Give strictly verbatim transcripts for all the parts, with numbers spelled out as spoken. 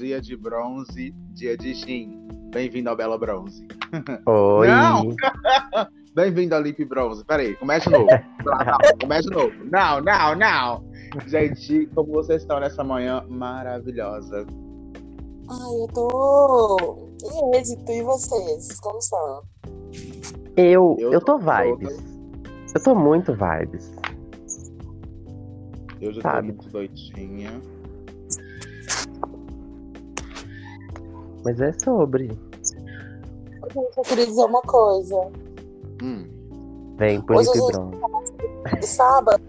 dia de bronze, dia de gin. Bem-vindo ao Bela Bronze. Oi. Não! Bem-vindo ao Lip Bronze. Peraí, começa de novo. Não, começa de novo. Não, não, não. Gente, como vocês estão nessa manhã maravilhosa? Ai, eu tô em êxito. E vocês? Como estão? Eu, Eu eu tô tô vibes. Eu tô muito vibes. Eu já Sabe? tô muito doidinha. Mas é sobre. Gente, eu queria dizer uma coisa. Hum, Vem pro Hoje Lip a gente- Bronze. De sábado,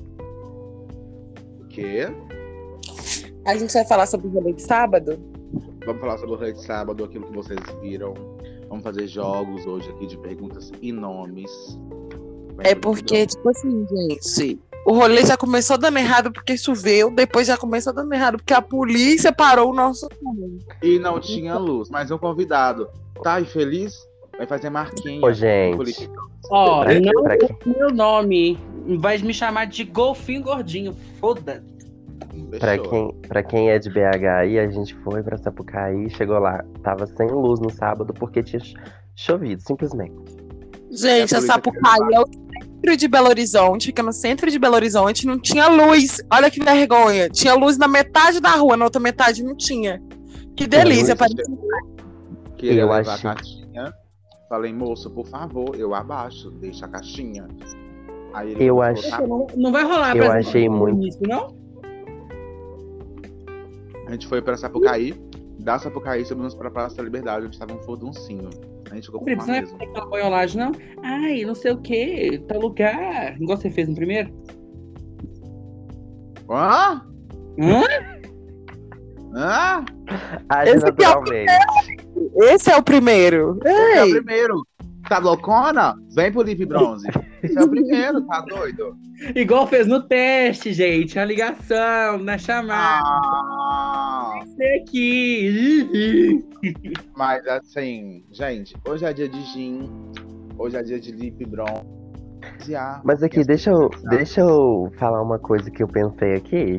o quê? a gente vai falar sobre o rolê de sábado? Vamos falar sobre o rolê de sábado, aquilo que vocês viram. Vamos fazer jogos hoje aqui de perguntas e nomes. Vem É pro Lip porque, tipo assim, gente, o rolê já começou dando errado porque choveu, depois já começou dando errado porque a polícia parou o nosso rolê. E não tinha luz, mas um convidado tá infeliz? Vai fazer marquinha. Ô, gente. Política. Ó, Pra- não pra quê? é meu nome. Vai me chamar de golfinho gordinho. Foda. Pra Fechou. quem, pra quem é de B H aí, a gente foi pra Sapucaí, chegou lá, tava sem luz no sábado porque tinha cho- chovido, simplesmente. Gente, É a a polícia Sapucaí é o centro de Belo Horizonte, fica no centro de Belo Horizonte, não tinha luz. Olha que vergonha. Tinha luz na metade da rua, na outra metade não tinha. Que delícia. luz, Parece... Queria Eu levar achei- a caixinha. Falei, moço, por favor, eu abaixo, deixa a caixinha. Aí ele Eu falou, achei- tá bom. Não, não vai rolar Eu apresentação achei no muito- início, não? A gente foi pra Sapucaí. Da Sapucaí, subimos pra Praça da Liberdade, onde estava um furduncinho. A gente ficou por Pri, lá você não vai mesmo. fazer aquela boiolagem, não? Ai, não sei o que, tal lugar. Igual você fez no primeiro? Hã? Hã? Hã? Age Esse aqui é o naturalmente. Esse é o primeiro. Esse é o Ei, primeiro. Tá loucona? Vem pro Lip Bronze. Esse é o primeiro, tá doido? Igual fez no teste, gente. A ligação, na chamada. Ah, Você aqui. mas assim, gente, hoje é dia de gin. Hoje é dia de Lip Bronze. Ah, Mas aqui, deixa eu, deixa eu falar uma coisa que eu pensei aqui.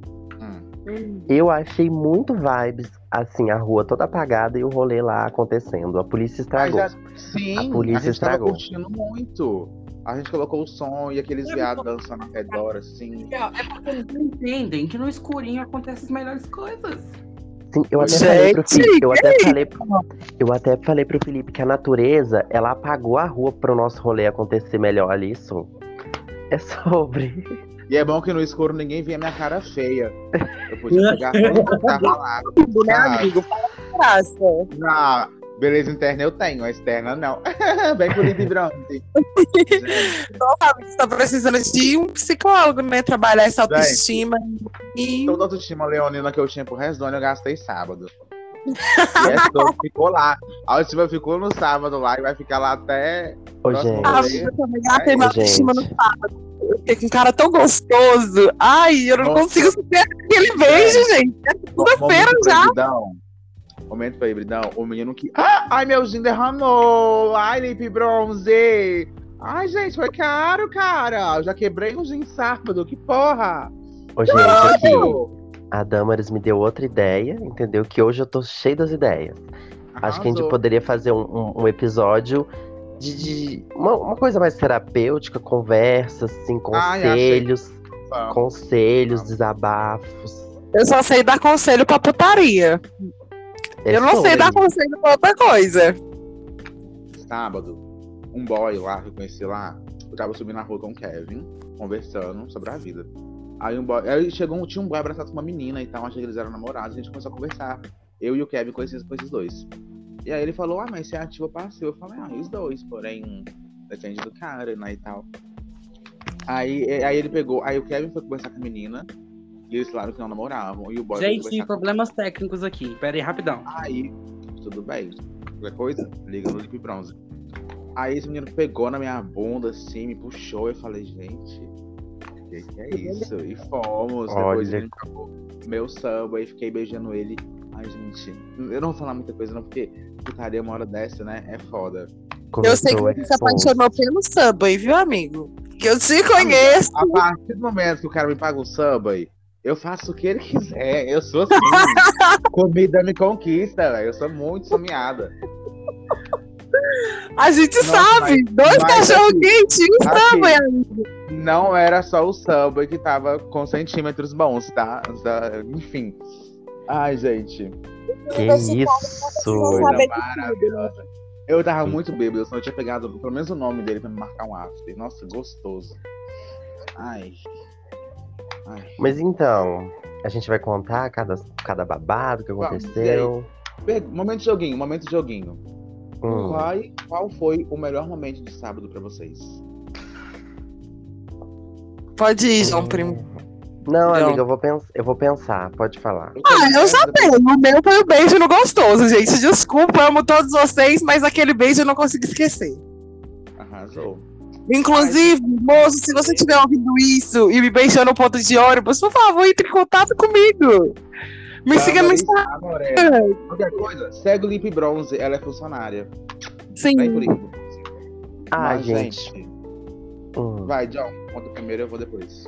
Hum. Eu achei muito vibes, assim, a rua toda apagada e o rolê lá acontecendo. A polícia Mas estragou. a- sim, A polícia gente tava estragou. curtindo muito. A gente colocou o som e aqueles viados dançando ao redor, assim. É porque eles não entendem que no escurinho acontecem as melhores coisas. Sim, eu até Gente, falei pro Felipe, eu até falei, pro- eu até falei pro Felipe que a natureza, ela apagou a rua pro nosso rolê acontecer melhor ali, isso. É sobre. E é bom que no escuro ninguém via minha cara feia. Eu podia pegar todo mundo que tava lá. né, Ah, amigo? Graça. ah, beleza interna eu tenho, a externa não. Vem pro Lip Bronze. Gente, Sabe, você tá precisando de um psicólogo, né? Trabalhar essa autoestima. E toda a autoestima leonina que eu tinha pro resto do ano eu gastei sábado. E essa dor ficou lá. A autoestima ficou no sábado lá e vai ficar lá até. Ô, Próximo gente. a rolê. vida também gastei minha Gente. autoestima no sábado. Eu fiquei com um cara tão gostoso. Ai, eu não Nossa. consigo superar aquele beijo, gente. É segunda-feira Momento já. proibidão. Momento proibidão. O menino que. Ah, ai, meu gin derramou. Ai, Lip Bronze. Ai, gente, foi caro, cara. Eu já quebrei um gin sábado. Que porra. Ô, gente, aqui, a Damaris me deu outra ideia, entendeu? Que hoje eu tô cheio das ideias. Acho que a gente Arrasou. poderia fazer um, um- um episódio de, de- uma, uma coisa mais terapêutica, conversas, assim, Ai, achei conselhos, Vamos. conselhos, Vamos. desabafos. Eu só sei dar conselho pra putaria. É eu não sei sobre. dar conselho pra outra coisa. Sábado, um boy lá que eu conheci lá, eu tava subindo na rua com o Kevin, conversando sobre a vida. Aí um boy, aí chegou um, tinha um boy abraçado com uma menina e tal, achei que eles eram namorados, a gente começou a conversar. Eu e o Kevin com esses, com esses dois. E aí ele falou, ah, mas você é ativa ou passiva? Eu falei, ah, os dois, porém, depende do cara, né, e tal. Aí, e- aí ele pegou, aí o Kevin foi conversar com a menina, e eles falaram que não namoravam, e o boy foi Gente, conversar com problemas técnicos aqui. Pera aí, rapidão. Aí, tudo bem. Qualquer coisa, liga no Lip Bronze. Aí esse menino pegou na minha bunda, assim, me puxou. Eu falei, gente, o que, que é isso? E fomos. Depois Olha. ele acabou meu samba e fiquei beijando ele. Ai, gente, eu não vou falar muita coisa, não, porque putaria uma hora dessa, né? É foda. Eu sei que Começou você se exposto. apaixonou pelo Subway, viu, amigo? Que eu te conheço. A partir do momento que o cara me paga o samba, Eu faço o que ele quiser. Eu sou assim. Comida me conquista, velho. Eu sou muito someada. A gente Nossa, sabe. mas- Dois mas cachorros assim, quentes e um assim, Subway, amigo. Não era só o Subway que tava com centímetros bons, tá? Tá, enfim. Ai, gente. Que Universitário, isso? Saber Coisa de maravilhosa. Eu tava muito bêbado, eu só tinha pegado pelo menos o nome dele pra me marcar um after. Nossa, gostoso. Ai. Ai. Mas então, a gente vai contar cada, cada babado que Vamos, aconteceu. Pe- Momento de joguinho, momento de joguinho. Hum. Qual, qual foi o melhor momento de sábado pra vocês? Pode ir, João Primo. Não, Não. amiga, eu vou, pens eu vou pensar. Pode falar. Ah, eu já tenho. O meu foi o beijo no gostoso, gente. Desculpa, amo todos vocês, mas aquele beijo eu não consigo esquecer. Arrasou. Inclusive, moço, se você estiver ouvindo isso e me beijou no ponto de ônibus, por favor, entre em contato comigo. Me siga no Instagram. Instagram. Qualquer coisa, segue o Lip Bronze, ela é funcionária. Sim. Vem pro Lip. Ah, Mas, gente. Hum. Vai, John, conta primeiro, eu vou depois.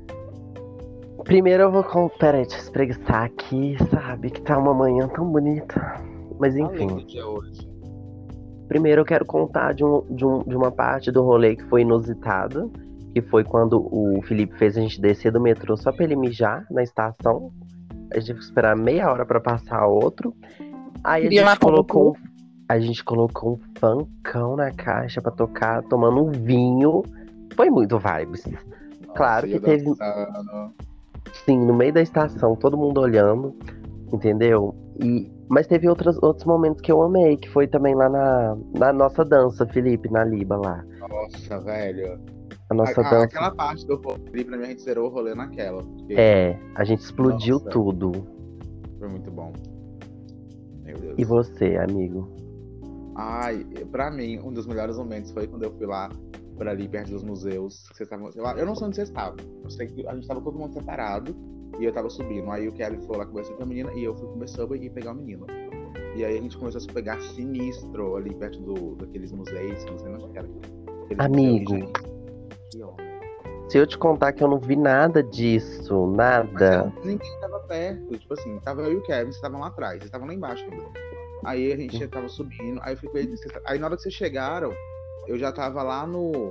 Primeiro eu vou com. Peraí, deixa eu espreguiçar aqui, sabe? Que tá uma manhã tão bonita. Mas Além enfim. do dia hoje. Primeiro eu quero contar de, um, de, um, de uma parte do rolê que foi inusitada. Que foi quando o Felipe fez a gente descer do metrô só pra ele mijar na estação. A gente teve que esperar meia hora pra passar outro. Aí a Queria gente matar o colocou. um- A gente colocou um funkão na caixa pra tocar, tomando um vinho. Foi muito vibes. Claro Nossa, que eu teve- dançando. Sim, no meio da estação, todo mundo olhando, entendeu? E, mas teve outros, outros momentos que eu amei, que foi também lá na, na nossa dança, Felipe, na Liba lá. Nossa, velho. A nossa A- a- dança. aquela parte do rolê, pra mim, a gente zerou o rolê naquela. Porque É, a gente explodiu Nossa. tudo. foi muito bom. Meu Deus. E você, amigo? Ai, pra mim, um dos melhores momentos foi quando eu fui lá pra ali perto dos museus. Vocês estavam, eu, eu não sei onde vocês estavam. Eu sei que a gente tava todo mundo separado e eu tava subindo. Aí o Kelly foi lá conversar com a menina e eu fui comer Subway e pegar o menino. E aí a gente começou a se pegar sinistro ali perto do, daqueles museus, não sei onde que era. Aqueles Amigo. museus, gente. Que homem. Se eu te contar que eu não vi nada disso, Mas nada. não, ninguém tava perto. Tipo assim, tava eu e o Kevin, vocês estavam lá atrás, vocês estavam lá embaixo ainda. Aí a gente tava subindo, aí eu fui com ele. vocês- Aí na hora que vocês chegaram, eu já tava lá no.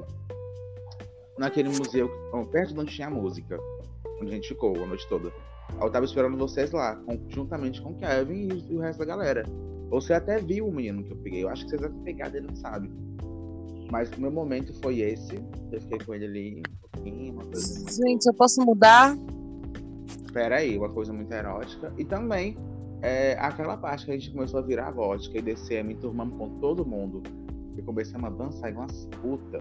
Naquele museu, ó, perto de onde tinha a música. Onde a gente ficou a noite toda. Aí eu tava esperando vocês lá, com- juntamente com o Kevin e, e o resto da galera. Você até viu o menino que eu peguei. Eu acho que vocês devem ter pegado, ele não sabe. Mas o meu momento foi esse. Eu fiquei com ele ali um pouquinho, uma coisa muito. Gente, eu posso mudar? Pera aí, uma coisa muito erótica. E também é, aquela parte que a gente começou a virar vodka e descer, me turmamos com todo mundo. E começamos a dançar igual umas putas.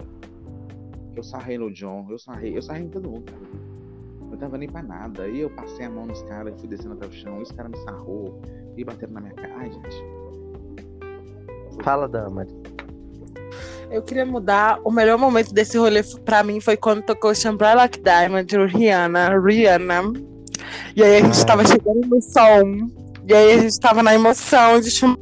Eu sarrei no John, eu sarrei, eu sarrei em todo mundo, cara. Eu tava nem pra nada. Aí eu passei a mão nos caras e fui descendo até o chão. E os caras me sarrou e bateram na minha cara. Ai, gente. Fala, Dama. Eu queria mudar. O melhor momento desse rolê pra mim foi quando tocou Shambhala Like Diamond de Rihanna. Rihanna. E aí a gente Ah. tava chegando no som. E aí a gente tava na emoção de chamar.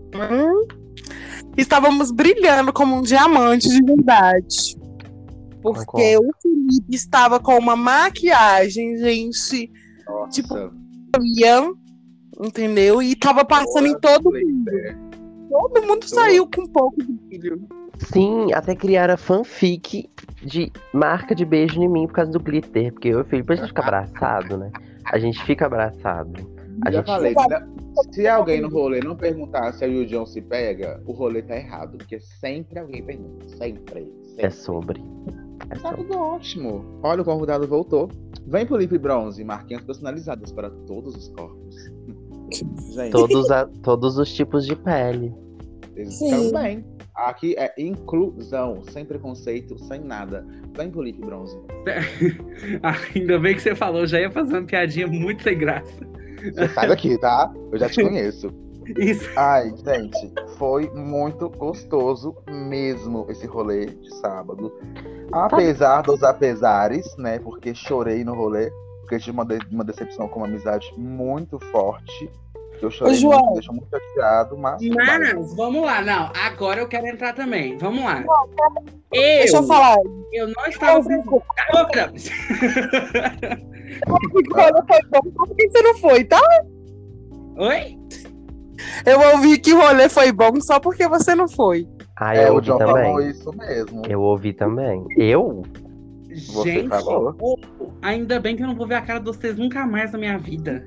Estávamos brilhando como um diamante de verdade. Porque Concordo. o Felipe estava com uma maquiagem, gente, Nossa. Tipo, Ian, entendeu? E tava passando em todo mundo. Todo mundo saiu com um pouco de brilho. Sim, até criaram a fanfic de marca de beijo em mim por causa do glitter. Porque eu e o Felipe, a gente fica abraçado, né? A gente fica abraçado. A Já gente falei, né? Se alguém no rolê não perguntar se eu e o John se pega, o rolê tá errado. Porque sempre alguém pergunta. Sempre. sempre. é sobre. É Tá sobre. tudo ótimo. Olha, o convidado voltou. Vem pro Lip Bronze, marquinhas personalizadas para todos os corpos. Gente, Todos, a- todos os tipos de pele. eles Sim. estão bem. Aqui é inclusão, sem preconceito, sem nada. Vem pro Lip Bronze. Ah, ainda bem que você falou, já ia fazer uma piadinha muito sem graça. Você sai daqui, tá? Eu já te conheço. Isso. Ai, gente, foi muito gostoso mesmo esse rolê de sábado. Apesar dos apesares, né? Porque chorei no rolê. Porque tive uma, de- uma decepção com uma amizade muito forte. Eu chorei Ô, João. muito, me deixou muito chateado, mas. Mas, vamos lá, não. Agora eu quero entrar também. Vamos lá. Eu, Deixa eu falar. eu não estava presente. Cala a boca, Davis. Quando foi bom, por que você não foi, tá? Oi? Eu ouvi que o rolê foi bom só porque você não foi. Ah, É, eu o ouvi John falou também. isso mesmo. Eu ouvi também. Eu? Você Gente, falou. ô, ainda bem que eu não vou ver a cara de vocês nunca mais na minha vida.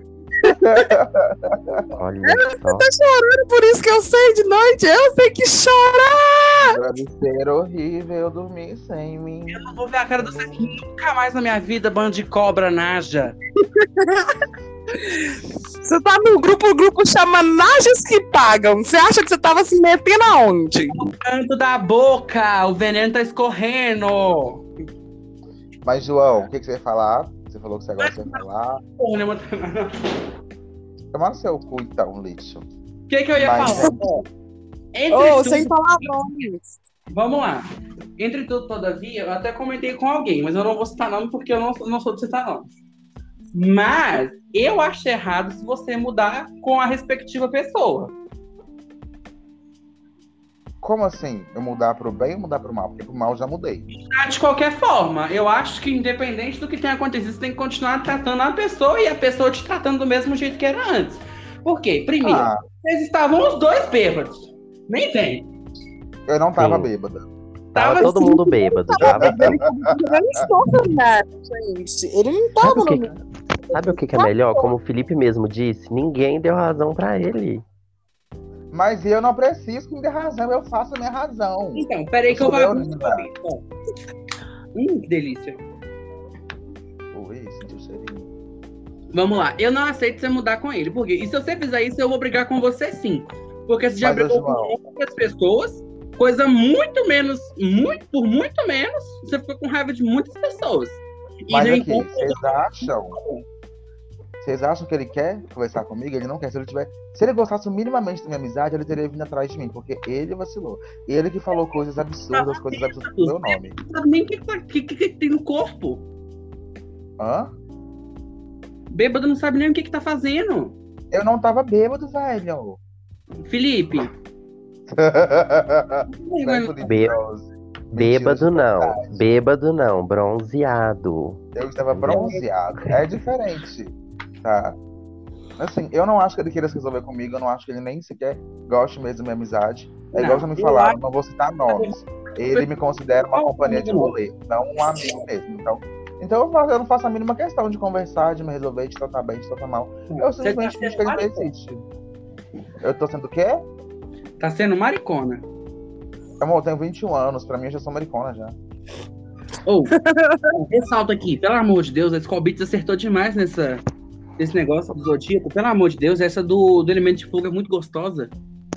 Olha só. Tá chorando, por isso que eu sei de noite. Eu sei que chora. Deve ser horrível dormir sem mim. Eu não vou ver a cara de vocês nunca mais na minha vida, bando de cobra naja. Você tá no grupo, o grupo chama Najas que Pagam. Você acha que você tava se metendo aonde? Canto da boca, o veneno tá escorrendo. Mas, João, o que, que você ia falar? Você falou que você gosta de falar. Porra, né, mano? Toma no seu cu, então, lixo. O que, que eu ia Mas- falar? Ó, Entre Ô, tudo- sem falar nomes. Vamos lá. Entre tudo, todavia, eu até comentei com alguém, mas eu não vou citar nome porque eu não, não sou de citar nome. Mas eu acho errado se você mudar com a respectiva pessoa. Como assim? Eu mudar pro bem ou mudar pro mal? Porque pro mal eu já mudei. Ah, de qualquer forma, eu acho que independente do que tenha acontecido, você tem que continuar tratando a pessoa e a pessoa te tratando do mesmo jeito que era antes. Por quê? Primeiro, Ah, vocês estavam os dois bêbados. Nem vem. eu não tava Sim. bêbada. Tava Tava todo assim, mundo bêbado. Tava. Ele não estava nada, gente. Ele não Sabe tava o que, no. sabe o que, que é melhor? Como o Felipe mesmo disse, ninguém deu razão pra ele. Mas eu não preciso que me dê razão, eu faço a minha razão. Então, peraí que eu Sou vou. leonina. Hum, que delícia. Ui, senti o cheirinho. Vamos lá, eu não aceito você mudar com ele. Por quê? E se você fizer isso, eu vou brigar com você sim. Porque você já Mas, ô, brigou João. com outras pessoas, coisa muito menos, muito, por muito menos, você ficou com raiva de muitas pessoas. E Mas no aqui, encontro, vocês acham? Vocês acham que ele quer conversar comigo? Ele não quer. Se ele tiver, se ele gostasse minimamente da minha amizade, ele teria vindo atrás de mim, porque ele vacilou. Ele que falou coisas absurdas, coisas absurdas com meu nome. não sabe nem o que, tá- que, que, que tem no corpo. Hã? Bêbado não sabe nem o que, que tá fazendo. Eu não tava bêbado, velho. Felipe, Vai, Felipe Bê- Rose. Bêbado Mentira, não. Bêbado não. Bronzeado. Eu estava bronzeado. É diferente, tá? Assim, eu não acho que ele queira se resolver comigo. Eu não acho que ele nem sequer goste mesmo da minha amizade. É Não, igual já me eu falaram, não vou citar nomes. Ele me considera uma companhia de rolê, não um amigo mesmo. Então, então eu, faço- eu não faço a mínima questão de conversar, de me resolver, de tratar bem, de tratar mal. Eu Você simplesmente tá fingo que ele não sendo existe. Eu tô sendo o quê? tá sendo maricona. Amor, eu tenho vinte e um anos, pra mim eu já sou maricona já. Ou, ressalto aqui, pelo amor de Deus, a Skull Beats acertou demais nessa, nesse negócio do Zodíaco. Pelo amor de Deus, essa do, do Elemento de Fogo é muito gostosa.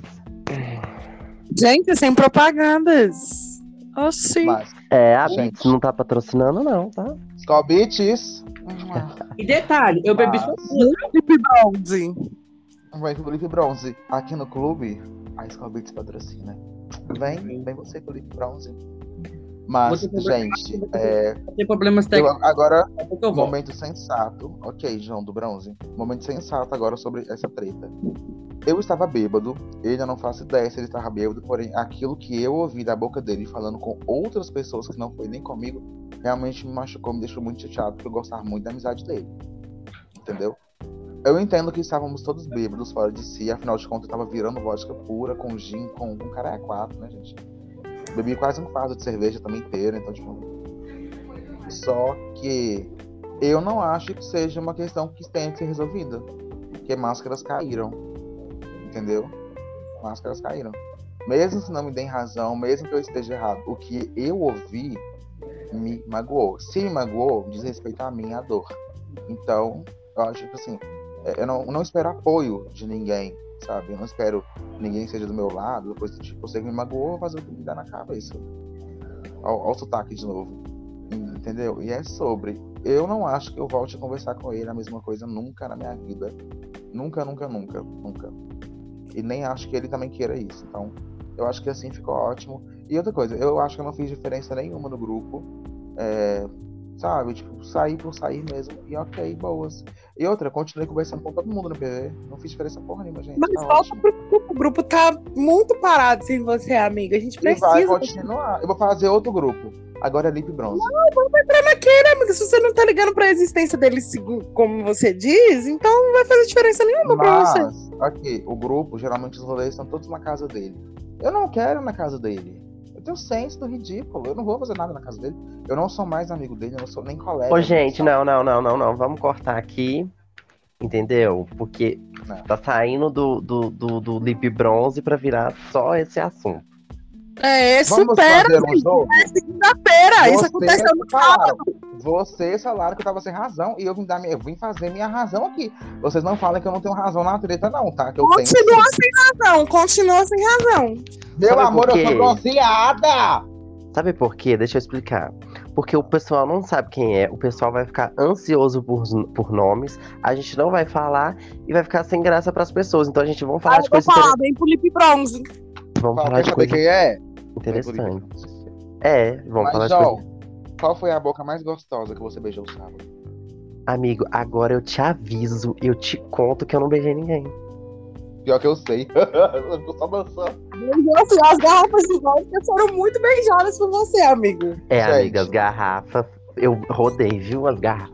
Gente, sem propagandas. Oxi. Mas, É, a Gente. Beats não tá patrocinando, não, tá? Skull Beats. E detalhe, eu bebi Ah. só duas. Felipe Bronze. Vai, Felipe Bronze. Aqui no clube, a Skull Beats patrocina. Vem, vem você, Felipe Bronze. Mas, Você- gente, é, Não tem problemas eu, técnicos, agora, daqui a pouco eu volto. momento sensato. Ok, João do Bronze. Momento sensato agora sobre essa treta. Eu estava bêbado, ele eu não faço ideia se ele estava bêbado, porém, aquilo que eu ouvi da boca dele falando com outras pessoas que não foi nem comigo, realmente me machucou, me deixou muito chateado, porque eu gostava muito da amizade dele. Entendeu? Eu entendo que estávamos todos bêbados, fora de si, afinal de contas eu tava virando vodka pura, com gin, com um cara é quatro, né, gente? Bebi quase um fardo de cerveja também inteiro, então, tipo. Só que eu não acho que seja uma questão que tenha que ser resolvida. Porque máscaras caíram. Entendeu? Máscaras caíram. Mesmo se não me deem razão, mesmo que eu esteja errado, o que eu ouvi me magoou. Se me magoou, diz respeito a mim, a dor. Então, eu acho que assim, eu não, não espero apoio de ninguém, sabe? Eu não espero que ninguém seja do meu lado, depois do tipo, você que me magoou, vou fazer o que me dá na cabeça. Olha o sotaque de novo. Entendeu? E é sobre. Eu não acho que eu volte a conversar com ele a mesma coisa nunca na minha vida. Nunca, nunca, nunca, nunca. E nem acho que ele também queira isso. Então, eu acho que assim ficou ótimo. E outra coisa, eu acho que eu não fiz diferença nenhuma no grupo. É, Sabe? Tipo, sair por sair mesmo. E ok, boas. E outra, continuei conversando com todo mundo no P V. Não fiz diferença porra nenhuma, gente. Mas Tá volta ótimo. pro grupo. O grupo tá muito parado sem você, amiga. A gente E vai precisa. continuar. Eu vou fazer outro grupo. Agora é Lip Bronze. Entrar naquele, amiga. Se você não tá ligando pra existência dele, segu- como você diz, então não vai fazer diferença nenhuma pra você. Mas, aqui, o grupo, geralmente os rolês estão todos na casa dele. Eu não quero ir na casa dele. Eu tenho senso do ridículo. Eu não vou fazer nada na casa dele. Eu não sou mais amigo dele, eu não sou nem colega. Ô, gente, sabe? não, não, não, não, não. Vamos cortar aqui. Entendeu? Porque Não. tá saindo do, do, do, do Lip Bronze pra virar só esse assunto. É, Vamos supera, fazer um gente. jogo? É segunda-feira. Isso aconteceu no falaram, vocês falaram que eu tava sem razão e eu vim, dar minha, eu vim fazer minha razão aqui. Vocês não falam que eu não tenho razão na treta, não, tá? Que eu tenho. Continua sim. sem razão, continua sem razão. Meu Sabe amor, por eu quê? sou bronzeada! Sabe por quê? Deixa eu explicar. Porque o pessoal não sabe quem é, o pessoal vai ficar ansioso por, por nomes, a gente não vai falar e vai ficar sem graça pras pessoas. Então a gente vai falar Ah, de eu vou coisas falar, inter... vem pro Lip Bronze. Vamos Fala, falar quer de saber coisas quem é? interessantes. É, vamos falar Mas, de ó, coisas. qual foi a boca mais gostosa que você beijou sábado? Amigo, agora eu te aviso, eu te conto que eu não beijei ninguém. Pior que eu sei. Eu tô só dançando. Assim, as garrafas de vodka foram muito beijadas por você, amigo. É, Gente. amiga, as garrafas, eu rodei, viu, as garrafas.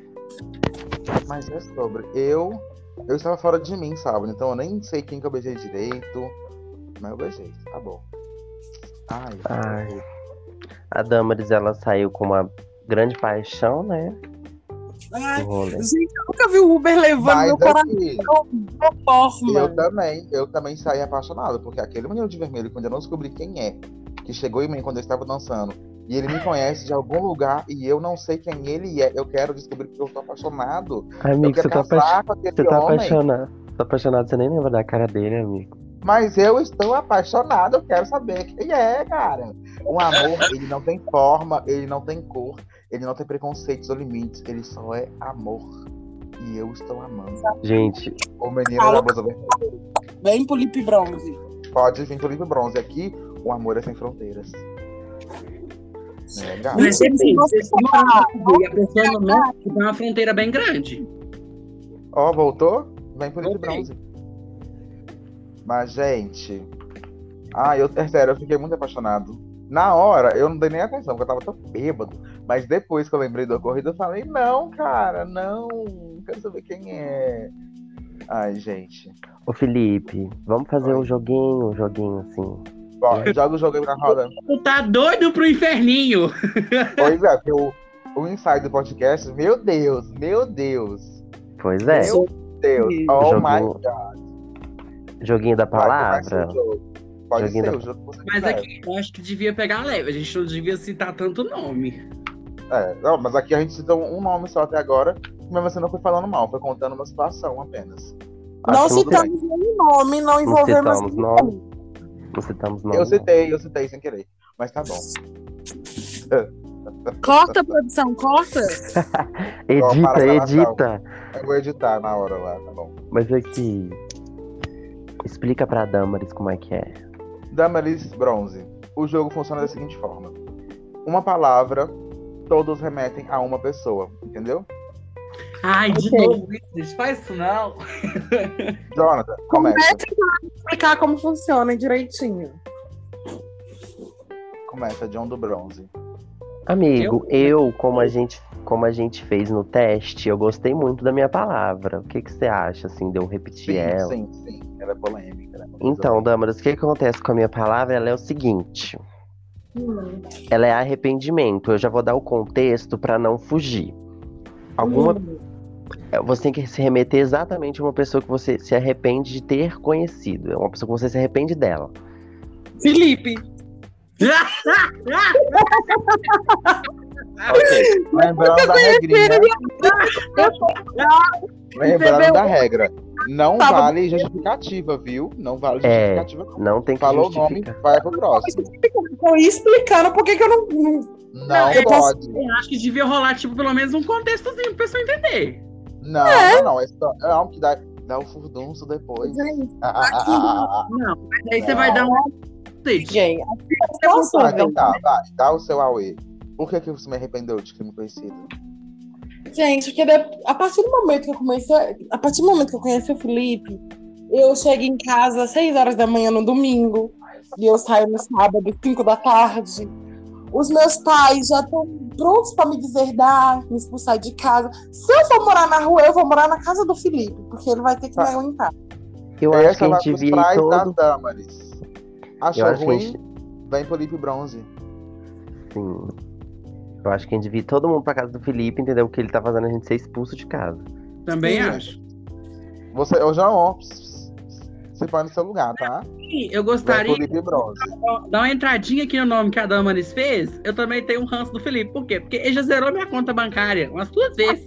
Mas é sobre. Eu. Eu estava fora de mim, sábado, então eu nem sei quem que eu beijei direito. Mas eu beijei, tá bom. Ai. Ai. A Damaris, ela saiu com uma grande paixão, né? Ai, Do rolê. gente, eu nunca vi o Uber levando Mas meu coração aqui, de uma forma. eu também, eu também saí apaixonado, porque aquele menino de vermelho, quando eu não descobri quem é, que chegou em mim quando eu estava dançando, e ele me conhece de algum lugar e eu não sei quem ele é, eu quero descobrir porque eu tô apaixonado. Eu Amigo, quero você tá, casar apa- com aquele você tá homem. apaixonado. Você tá apaixonado, você nem lembra da cara dele, amigo. Mas eu estou apaixonado, eu quero saber quem é, cara. O amor, ele não tem forma, ele não tem cor, ele não tem preconceitos ou limites, ele só é amor. E eu estou amando. Gente, O menino da blusa vermelha. Vem pro Lip Bronze. Pode vir pro livro bronze. Aqui, o amor é sem fronteiras. É, gato. Mas Gente, depende, se você se você falar, não e a pessoa não mostra, tem uma fronteira bem grande. Ó, voltou? Vem pro livro bronze. Mas, gente. Ah, eu, é sério, eu fiquei muito apaixonado. Na hora, eu não dei nem atenção, porque eu tava tão bêbado. Mas depois que eu lembrei da corrida, eu falei, não, cara, não. Quero saber quem é. Ai, gente. ô Felipe, vamos fazer Oi. um joguinho, um joguinho assim. Bom, joga o jogo aí na roda. Tu tá doido pro inferninho. Pois é, porque o, o inside do podcast, meu Deus, meu Deus. Pois é, Meu Deus. Oh Joguinho my God. joguinho da Vai, começa palavra. o jogo. Pode Joguinho ser da- o jogo que você Mas quiser. aqui, eu acho que devia pegar leve. A gente não devia citar tanto nome. É, não, mas aqui a gente citou um nome só até agora, mas você não foi falando mal, foi contando uma situação apenas. Não tudo citamos nenhum nome, não Não envolvemos citamos ninguém. nome. Não citamos nome. Eu não. citei, eu citei sem querer, mas tá bom. Corta, produção, corta. Ó, para a Edita, gravação. edita. Eu vou editar na hora lá, tá bom. Mas aqui. Explica pra Damaris como é que é. Damaris Bronze. O jogo funciona da seguinte forma: uma palavra, todos remetem a uma pessoa, entendeu? Ai, de Ok. novo, isso, faz isso não. Jonathan, começa. Explicar como funciona direitinho. Começa, John do Bronze. Amigo, eu, como a gente, como a gente fez no teste, eu gostei muito da minha palavra. O que que você acha, assim, de eu repetir Sim, ela? sim, sim. Ela é polêmica. Né? Então, Damaris, o que que acontece com a minha palavra? Ela é o seguinte. Ela é arrependimento. Eu já vou dar o contexto pra não fugir. Alguma, você tem que se remeter exatamente a uma pessoa que você se arrepende de ter conhecido. É uma pessoa que você se arrepende dela. Felipe. Ok. Lembrando da regrinha. Lembrando da regra. Não Tava- vale justificativa, viu? Não vale É. justificativa. não. Não tem que Falou o nome, justificar. vai pro próximo. Tô explicando por que que eu não. não- Não eu posso- pode. Eu acho que devia rolar, tipo, pelo menos um contextozinho pra pessoa entender. Não, não, não. É, só, é algo que dá, dá o furdunço depois. Gente, Ah, ah, ah, ah, ah. Não, mas aí você Não. vai dar um. gente, Ah, situação, então tá, vai. Dá o seu Aue. Por que, que você me arrependeu de ter me conhecido? Gente, porque de- a partir do momento que eu comecei, a partir do momento que eu conheci o Felipe, eu chego em casa às seis horas da manhã no domingo, e eu saio no sábado, cinco da tarde. Os meus pais já estão prontos para me deserdar, me expulsar de casa. Se eu for morar na rua, eu vou morar na casa do Felipe, porque ele vai ter que Tá. me aguentar. Eu acho que Essa a vai gente pros devia ir praias da todo. Damaris. Achou Eu acho que a ruim? gente. Vem pro Lip Bronze. Sim. Eu acho que a gente devia ir todo mundo pra casa do Felipe, entendeu? O que ele tá fazendo a gente ser expulso de casa. Também Sim. acho. Você, eu já, ó, você põe no seu lugar, tá? Sim, eu Vai gostaria pro Lip Bronze. de dar uma entradinha aqui no nome que a Damaris fez. Eu também tenho um ranço do Felipe. Por quê? Porque ele já zerou minha conta bancária umas duas vezes.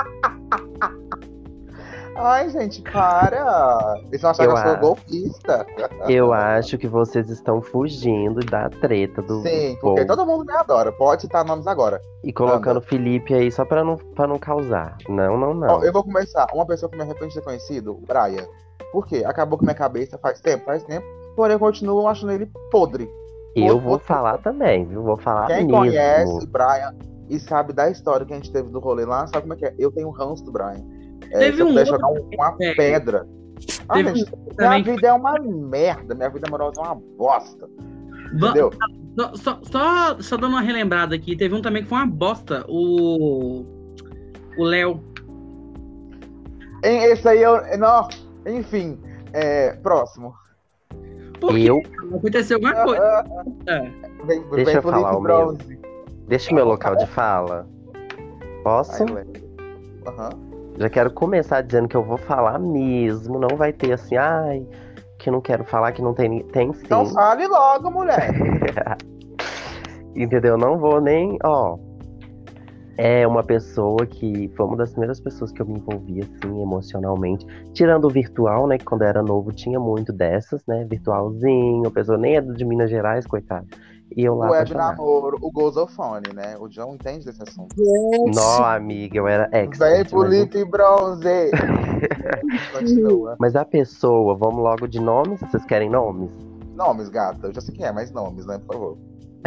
Ai, gente, para! Eles vão achar Eu que eu sou acho. golpista. Eu acho que vocês estão fugindo da treta do Sim, do porque povo todo mundo me adora. Pode citar nomes agora. e colocando o Felipe aí só pra não, pra não causar. Não, não, não. Ó, eu vou começar. Uma pessoa que me arrepende de ter conhecido, o Brian. Por quê? Acabou com minha cabeça faz tempo, faz tempo. Porém, eu continuo achando ele podre. Eu Outro- vou falar também, viu? Vou falar Quem mesmo. conhece Brian e sabe da história que a gente teve do rolê lá, sabe como é que é? Eu tenho ranço do Brian. É, Teve se eu um puder outro jogar um- uma velho. pedra. Ah, Teve gente, um minha também que vida é uma merda. Minha vida amorosa é uma bosta. Va- Entendeu? Só, só, só, só dando uma relembrada aqui, teve um também que foi uma bosta. O. O Léo. Em- Esse aí eu. Não, enfim. É, próximo. Por quê? Eu, Aconteceu alguma coisa. É. Vem, Deixa vem eu pro falar Lip o meu. Bronze. deixa meu local de fala. Posso? Ai, Léo. Aham. Já quero começar dizendo que eu vou falar mesmo. Não vai ter assim, ai, que não quero falar, que não tem. ni- Tem sim. Então fale logo, mulher. Entendeu? Não vou nem. Ó. É uma pessoa que foi uma das primeiras pessoas que eu me envolvi, assim, emocionalmente. Tirando o virtual, né? Que quando eu era novo tinha muito dessas, né? Virtualzinho, a pessoa nem é de Minas Gerais, coitado. E eu O lá web apaixonado. namoro, o gozofone, né? O John entende desse assunto. Gente, Nó, amiga, eu era Vem expert. pro Mas, Lip Bronze. Continua. mas a pessoa, vamos logo de nomes? Vocês querem nomes? Nomes, gata. Eu já sei quem é, mas nomes, né? Por favor.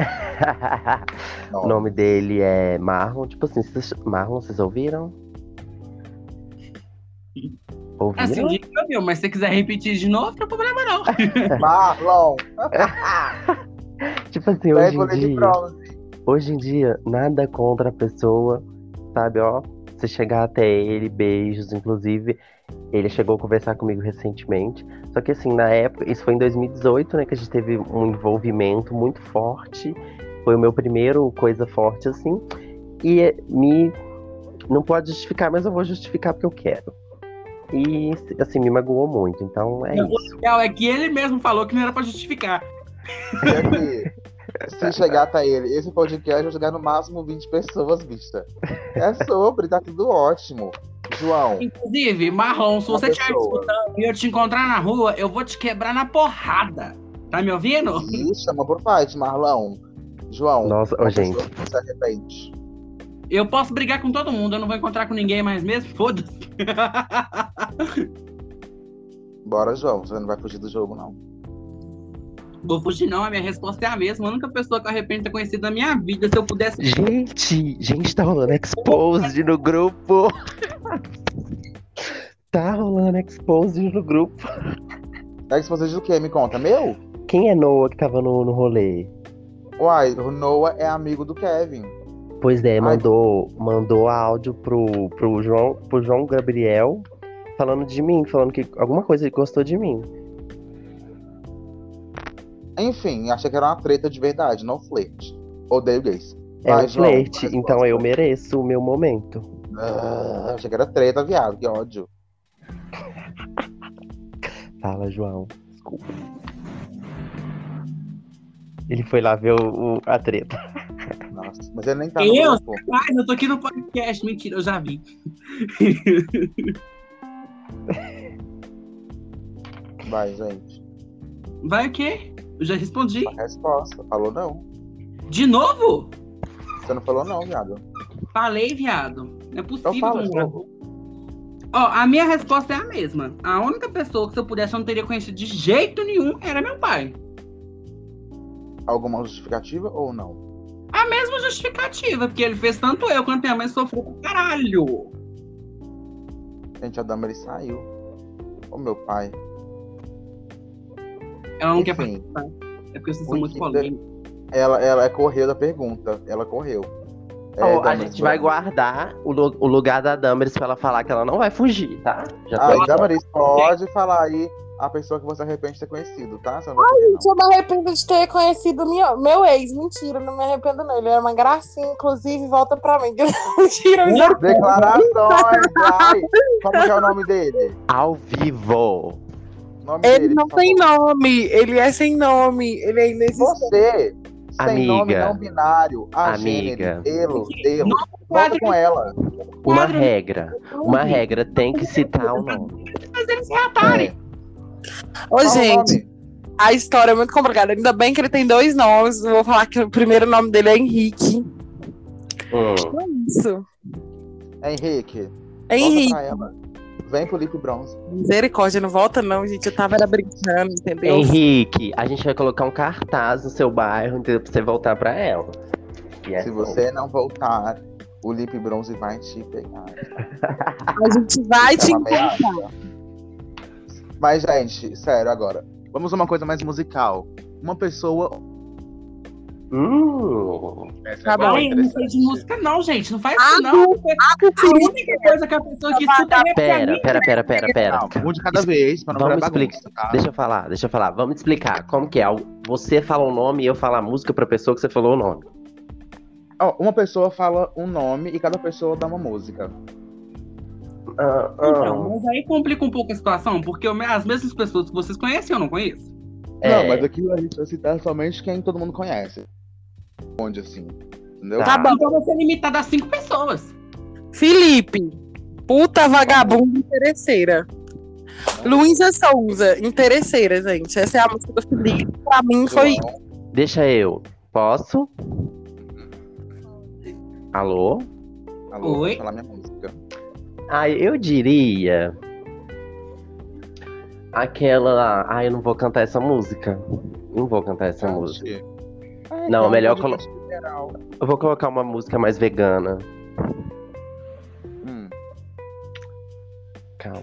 O Nomes. nome dele é Marlon. Tipo assim, vocês... Marlon, vocês ouviram? Ouviram? Assim, o dia que eu vi, mas se você quiser repetir de novo, não tem problema não. Marlon. Tipo assim, Vem hoje pro em Lip dia, Bronze. hoje em dia, nada contra a pessoa, sabe, ó. Você chegar até ele, beijos, inclusive, ele chegou a conversar comigo recentemente. Só que assim, na época, isso foi em dois mil e dezoito, né, que a gente teve um envolvimento muito forte. Foi o meu primeiro coisa forte, assim. E eh, me... Não pode justificar, mas eu vou justificar porque eu quero. E, assim, me magoou muito, então é Não, isso. O legal é que ele mesmo falou que não era pra justificar. E aqui, se chegar até ele, esse podcast vai chegar no máximo vinte pessoas, vista. É sobre, tá tudo ótimo. João, Inclusive, Marlon, se Uma você estiver me pessoa. escutando e eu te encontrar na rua, eu vou te quebrar na porrada. Tá me ouvindo? e chama por fight, Marlão. João, Nossa, ô, uma gente. pessoa que se arrepende. Eu posso brigar com todo mundo, eu não vou encontrar com ninguém mais mesmo, foda-se. Bora, João. Você não vai fugir do jogo, não. Vou fugir não, a minha resposta é a mesma. A única pessoa que eu arrependo de ter conhecido na minha vida, se eu pudesse... Gente, gente, tá rolando exposed no grupo. Tá rolando exposed no grupo. É que você diz o quê? Me conta. Meu? Quem é Noah que tava no, no rolê? Uai, o Noah é amigo do Kevin. Pois é, mandou, mandou áudio pro, pro, João, pro João Gabriel falando de mim, falando que alguma coisa ele gostou de mim. Enfim, achei que era uma treta de verdade, não flerte. Odeio gays. É Vai, um João, flerte, resposta. então eu mereço o meu momento. Ah, achei que era treta, viado. Que ódio. Fala, João. Desculpa. Ele foi lá ver o, o- a treta. Nossa, mas ele nem tá no Eu? grupo. Ai, eu tô aqui no podcast, mentira, eu já vi. Vai, gente. Vai o quê? Eu já respondi. A resposta. Falou não. De novo? Você não falou não, viado. Falei, viado. Não é possível. Então fala que de eu não novo. Ó, a minha resposta é a mesma. A única pessoa que se eu pudesse eu não teria conhecido de jeito nenhum era meu pai. Alguma justificativa ou não? A mesma justificativa, porque ele fez tanto eu quanto minha mãe sofreu com caralho. Gente, a Damaris saiu. Ô, meu pai. Ela não Enfim, quer participar. É porque vocês o são muito que- polêmicos. Ela, ela correu da pergunta. Ela correu. É, Ó, a Damaris, gente vai guardar o, lu- o lugar da Damaris pra ela falar que ela não vai fugir, tá? Já tô Ah, avisando. Damaris, pode falar aí a pessoa que você arrepende de ter conhecido, tá? Você não vai fugir, Gente, eu me arrependo de ter conhecido minha- meu ex. Mentira, não me arrependo não. Ele era uma gracinha, inclusive, volta pra mim. Mentira, me não. Declarações, ai. Como que é o nome dele? Ao vivo. O nome Ele dele, não por tem favor. nome, ele é sem nome, ele é inexistente. Você, sem Amiga. nome não binário, a Amiga. gênero, elo, Não, volta quadro- com ela. Uma Quadro- regra. Uma regra tem que citar o nome. Mas eles reatarem. É. Ô, Fala o gente, nome. a história é muito complicada. Ainda bem que ele tem dois nomes. Eu vou falar que o primeiro nome dele é Henrique. Hum. É isso. É Henrique. É Volta Henrique. pra ela. Vem pro Lip Bronze. Misericórdia, não volta não, gente. Eu tava era brincando, entendeu? Henrique, a gente vai colocar um cartaz no seu bairro, entendeu? Pra você voltar pra ela. E é Se assim. você não voltar, o Lip Bronze vai te pegar. A gente vai te É uma ameaça. Mas, gente, sério, agora. Vamos a uma coisa mais musical. Uma pessoa. Hum. Essa Tá é boa, bom. Ai, eu não sei interessante. de música, não, gente. Não faz Ah, isso, não. A Felipe, única coisa que a pessoa que escuta é Pera, pera, pera, pera, pera. Não, um de cada vez, pra não Vamos virar explicar. bagunça, tá? Deixa eu falar, deixa eu falar. Vamos explicar como que é. Você fala o nome e eu falo a música pra pessoa que você falou o nome. Ó, uma pessoa fala um nome e cada pessoa dá uma música. Ah, Então, ah. mas aí complica um pouco a situação, porque eu- as mesmas pessoas que vocês conhecem eu não conheço. É. Não, mas aqui a gente vai citar somente quem todo mundo conhece. Onde assim? Entendeu? Tá. Tá bom. Então vai ser limitado a cinco pessoas. Felipe, puta vagabunda interesseira. Luísa Souza, interesseira, gente. Essa é a música do Felipe. Pra mim foi. João, Deixa eu. Posso? Alô? alô, Oi? vou falar minha música. Ah, eu diria. Aquela lá. Ah, eu não vou cantar essa música. Não vou cantar essa música. É, Não, que é um melhor podcast liberal. Eu vou colocar uma música mais vegana. Hum. Calma.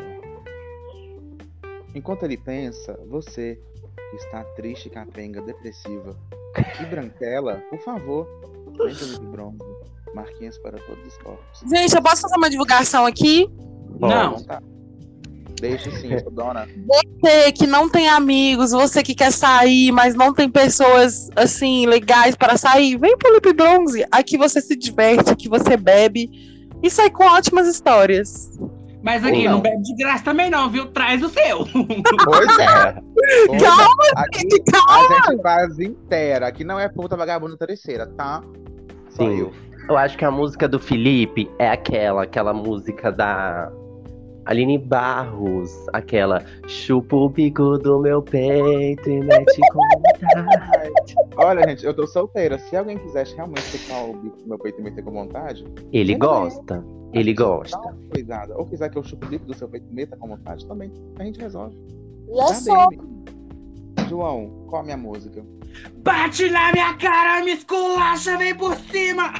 Enquanto ele pensa, você que está triste, capenga, depressiva e branquela, por favor, vem pro Lip Bronze. Marquinhas para todos os corpos. Gente, eu posso fazer uma divulgação aqui? Não. Então tá. Deixa sim, sou dona. Você que não tem amigos, você que quer sair, mas não tem pessoas assim legais para sair, vem pro Lip Bronze. Aqui você se diverte, aqui você bebe e sai com ótimas histórias. Mas aqui, Ou não. não bebe de graça também não, viu? Traz o seu. Pois é. Pois é. Calma, Aqui calma. a gente faz inteira. Aqui não é puta vagabunda terceira, tá? Só Sim. eu. Eu acho que a música do Felipe é aquela, aquela música da Aline Barros, aquela chupa o bico do meu peito e mete com vontade. Olha, gente, eu tô solteira. Se alguém quisesse realmente ficar o bico no meu peito e meter com vontade, Ele Sim. gosta, ele dá gosta. uma coisada. Ou quiser que eu chupe o bico do seu peito e meta com vontade, também a gente resolve. E é Tá só. bem. João, qual a minha música? Bate na minha cara, me esculacha, vem por cima.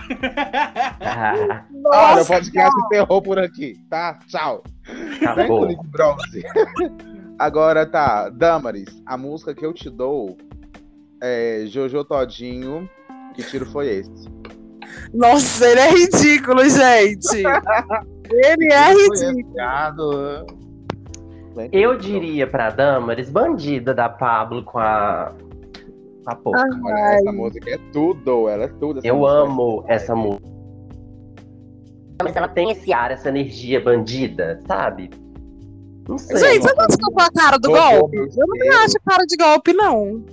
Ah, Olha, o podcast encerrou por aqui, tá? Tchau. Vem pro acabou. Lip Bronze. Agora tá, Damaris, a música que eu te dou é Jojo Todinho. Que tiro foi esse? Nossa, ele é ridículo, gente. Ele é Foi ridículo. esse, gado. Vem pro Eu Lip Bronze. diria pra Damaris, bandida da Pablo com a. Com a Pouca. Olha, essa música é tudo, ela é tudo. essa Eu música. amo essa música. Mas ela tem esse ar, essa energia bandida, sabe? Não sei. Gente, você não ficou com a cara do Roubou golpe? meu Eu não espelho. acho cara de golpe, não.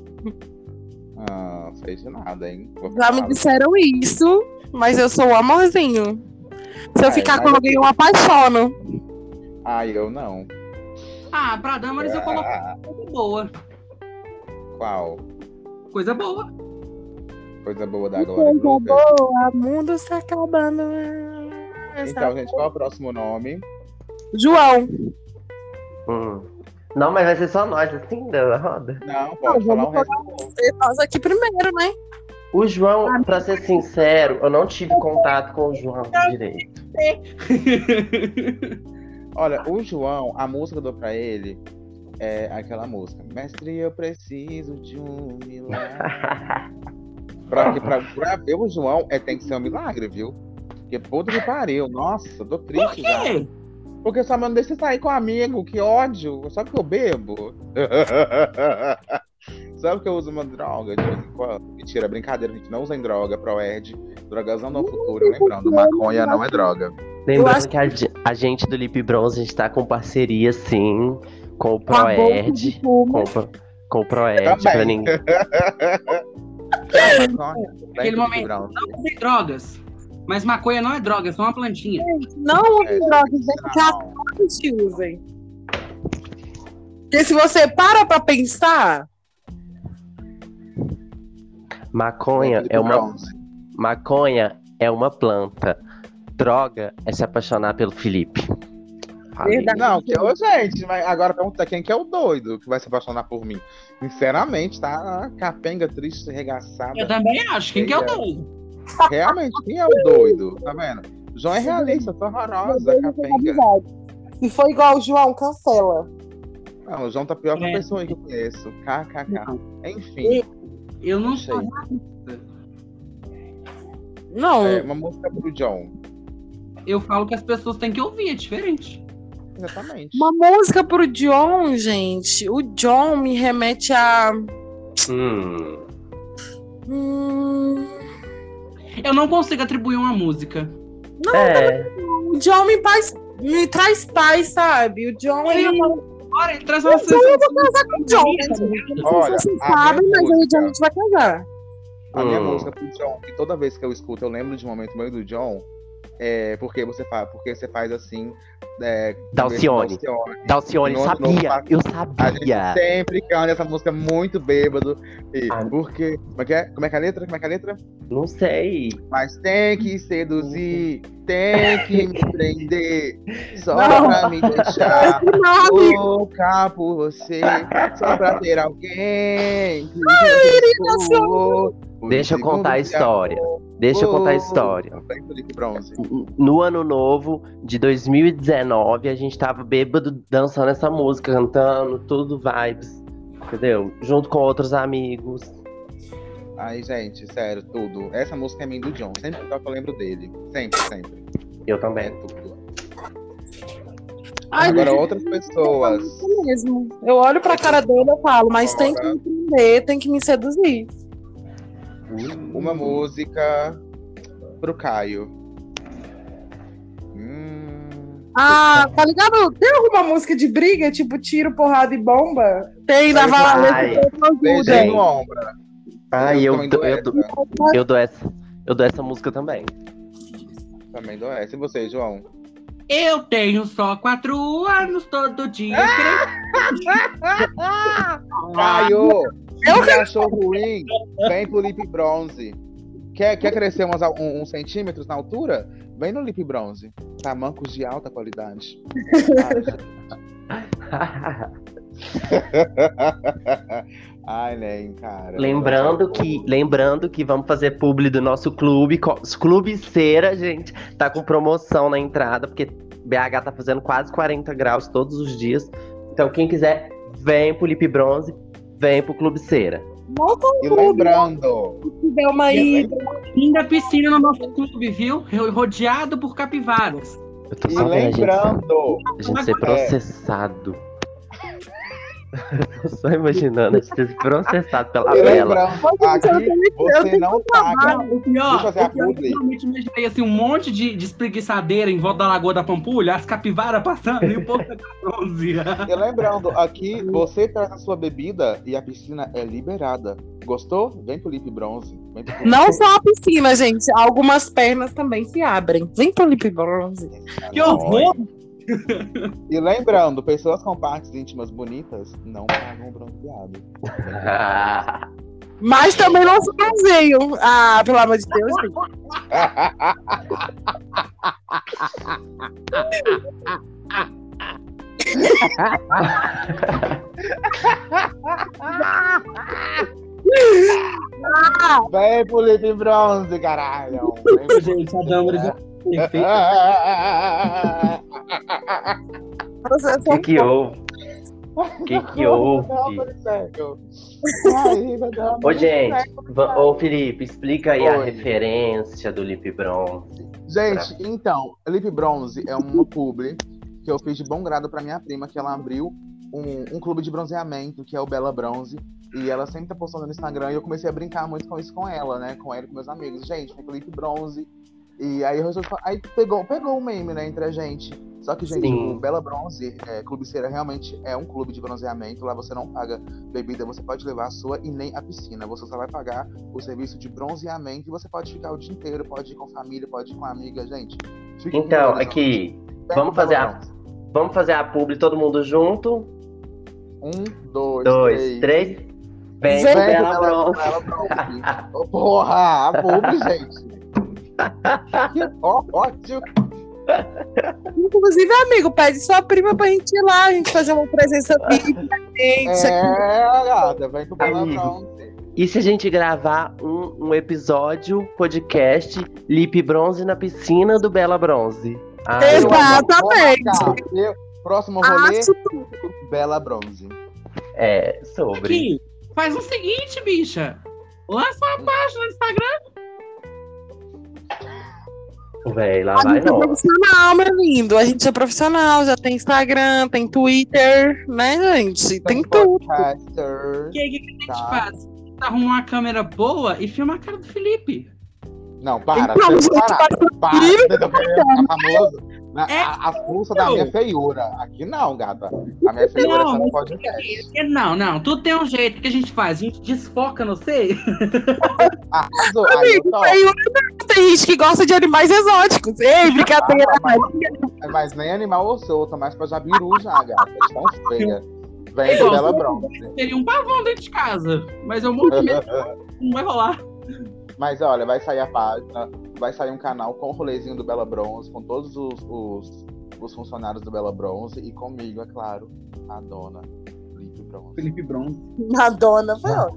Ah, não fez de nada, hein? Vou Já me falar. disseram isso, mas eu sou um amorzinho. Se eu Ai, ficar mas com alguém, eu apaixono. Ai, eu não. Ah, pra Damaris eu coloquei Ah, coisa boa. qual? Coisa boa. Coisa boa da Glória Coisa Groove. boa, mundo se acabando. Então, gente, qual é o próximo nome? João. Hum. Não, mas vai ser só nós, assim, da roda. Não, pode Não, falar o vamos resto. Nós aqui primeiro, né? O João, pra ser sincero, eu não tive contato com o João direito. Olha, o João, a música que eu dou pra ele é aquela música. Mestre, eu preciso de um milagre. pra, que, pra, pra ver o João, é, tem que ser um milagre, viu? Porque puta que pariu. Nossa, tô triste. Por quê? Já. Porque só não deixa sair com um amigo, que ódio. Só porque eu bebo. Só porque eu uso uma droga de vez em quando. Mentira, brincadeira, a gente não usa em droga, Proerd. Drogas não dão futuro, lembrando, maconha não é droga. Lembrando acho que a, ge- a gente do Lip Bronze, a gente tá com parceria, sim, com o Proerd. Com, o Pro- com o Proerd, Também. pra ninguém. Naquele momento, não usem drogas. Mas maconha não é droga, é só uma plantinha. Não usem drogas, é que as se usem. Porque se você para pra pensar, Maconha é uma, maconha é uma planta. Droga é se apaixonar pelo Felipe. Falei. Verdade. Não, que, ô, gente, mas agora pergunta quem que é o doido que vai se apaixonar por mim. Sinceramente, tá capenga, triste, arregaçada. Eu também acho. Quem que é o doido? Realmente, quem é o doido? Tá vendo? João é realista, tô horrorosa, capenga. se for igual o João, cancela. Não, o João tá pior que a É. pessoa aí que eu conheço. K K K. Não. Enfim, Eu não sei. sou. Não, É, uma música pro John. Eu falo que as pessoas têm que ouvir, é diferente. Exatamente. uma música pro John, gente. O John me remete a. Hum. Hum, Eu não consigo atribuir uma música. É, o John me, faz, me traz paz, sabe? O John, ele. Olha, ele traz uma Eu sensação. vou casar com o John, né, gente? Não Olha, sei se vocês a sabem, minha mas aí o John a música- gente vai casar. A minha Hum. música pro John, que toda vez que eu escuto, eu lembro de um momento meio do John, é porque você faz, porque você faz assim. É, Dalcione. Dalcione. Dalcione, No ano sabia, novo, eu A gente sabia. sempre canta essa música muito bêbado. E Ah. porque. Como é que é? Como é que é a letra? Como é que é a letra? Não sei. Mas tem que seduzir, tem que me prender, só Não. pra me deixar Não, amigo. louca por você, só pra ter alguém que me for. Por Deixa eu um contar a segundo de história. amor. Deixa eu contar a Oh. história. Vem, Felipe Bronze. No ano novo de dois mil e dezenove, a gente tava bêbado dançando essa música, cantando, tudo vibes, entendeu? Junto com outros amigos. Ai, gente, sério, tudo. Essa música é minha do John. Sempre que eu lembro dele. Sempre, sempre. Eu É também. tudo. Ai, Agora, gente, outras pessoas. é mesmo. Eu olho pra cara dele e falo, mas tem que me prender, tem que me seduzir. Uma música pro Caio. Hum, Ah, tá ligado? Tem alguma música de briga, tipo tiro, porrada e bomba? Tem na Ai, Valeta. beijinho no ombro. Ai, eu, também dou- dou eu, essa. dou- eu dou essa. Eu dou essa música também. Também dou essa. E você, João? Eu tenho só quatro anos todo dia. Caio! Se você achou ruim, vem pro Lip Bronze. Quer, quer crescer uns, um, uns centímetros na altura? Vem no Lip Bronze. Tamancos de alta qualidade. Ai, nem, cara. Lembrando que, lembrando que vamos fazer publi do nosso clube. co- Clube Cera, gente. Tá com promoção na entrada, porque B H tá fazendo quase quarenta graus todos os dias. Então, quem quiser, vem pro Lip Bronze, vem pro Clube Cera. Não tô E lembrando, se tiver uma ida. Linda piscina no nosso clube, viu? Rodeado por capivaras. Eu tô e só vendo a gente, lembrando, a gente ser processado. Eu tô só imaginando a gente ser processado pela e vela. lembrando, aqui você não paga. O pior, Deixa eu fazer a o pior é que publi. eu realmente imaginei assim, um monte de, de espreguiçadeira em volta da Lagoa da Pampulha, as capivaras passando e o povo da bronze. E lembrando, aqui você traz a sua bebida e a piscina é liberada. Gostou? Vem pro Lip Bronze. Vem pro Não só a piscina, gente. Algumas pernas também se abrem. Vem pro Lip Bronze. Que horror! E lembrando, pessoas com partes íntimas bonitas não pagam bronzeado. Mas também não se bronzeiam. Ah, pelo amor de Deus, gente. Vem pro Lip Bronze, caralho. Vem pro Gente, a Damaris é perfeita. Vocês O são que que houve? O que que houve? Ô, gente, va- ô Felipe, explica aí a Oi. referência do Lip Bronze. Gente, então, Lip Bronze é uma publi que eu fiz de bom grado pra minha prima, que ela abriu um, um clube de bronzeamento, que é o Bela Bronze. E ela sempre tá postando no Instagram e eu comecei a brincar muito com isso com ela, né? Com ela e com meus amigos. Gente, tem Lip Bronze. E aí eu resolvi falar. Aí pegou, pegou o meme, né, entre a gente. Só que, gente, Sim. o Bela Bronze, é, Clube Cera, realmente é um clube de bronzeamento. Lá você não paga bebida, você pode levar a sua e nem a piscina. Você só vai pagar o serviço de bronzeamento e você pode ficar o dia inteiro, pode ir com família, pode ir com amiga, gente. Fique com Então, eles, aqui, ó. vamos fazer a, vamos fazer a publi todo mundo junto. Um, dois, Dois, três. três. Vem, Vem, pro Vem, Bela Bela Bronze. Bela Bronze. Ô, porra, a publi, gente. Que ó, ótimo. Inclusive, amigo, pede sua prima pra gente ir lá, a gente fazer uma presença VIP pra gente. Isso aqui. É, gata, vem pro Bela Amigo. Bronze. E se a gente gravar um, um episódio, podcast, Lip Bronze na piscina do Bela Bronze? Ah, eu amo. Exatamente. Vou marcar. Eu- Próximo rolê, Acho Bela Bronze. É, sobre. Aqui, faz o seguinte, bicha. Lança uma página no Instagram. Véi, lá A vai gente é nós. profissional, meu lindo. A gente é profissional, já tem Instagram, tem Twitter, né, gente? Tem tudo. Podcaster. Que aí, o que, que a gente Tá. faz? Arruma uma câmera boa e filma a cara do Felipe. Não, para, Então, deixa eu gente, parar. Para, incrível, vocês estão querendo ficar famoso. Na- É a- As pulsas da minha feiura. Aqui não, gata. A minha feiura Não, só não mas pode É, Não, não, tudo tem um jeito que a gente faz. A gente desfoca, não sei. Arrasou. Aí eu Amigo, topo. tem, tem gente que gosta de animais exóticos. Ei, brincadeira. Ah, mas, mas nem animal ou solto, mas pra Jabiru já, gata. Tão feia. Vem do Bela Bronze. Teria um pavão dentro de casa. Mas eu morro de medo. Não vai rolar. Mas olha, vai sair a página, vai sair um canal com o rolezinho do Bela Bronze, com todos os, os, os funcionários do Bela Bronze e comigo, é claro, a dona Lip Bronze. Felipe Bronze. Madonna, foi ó.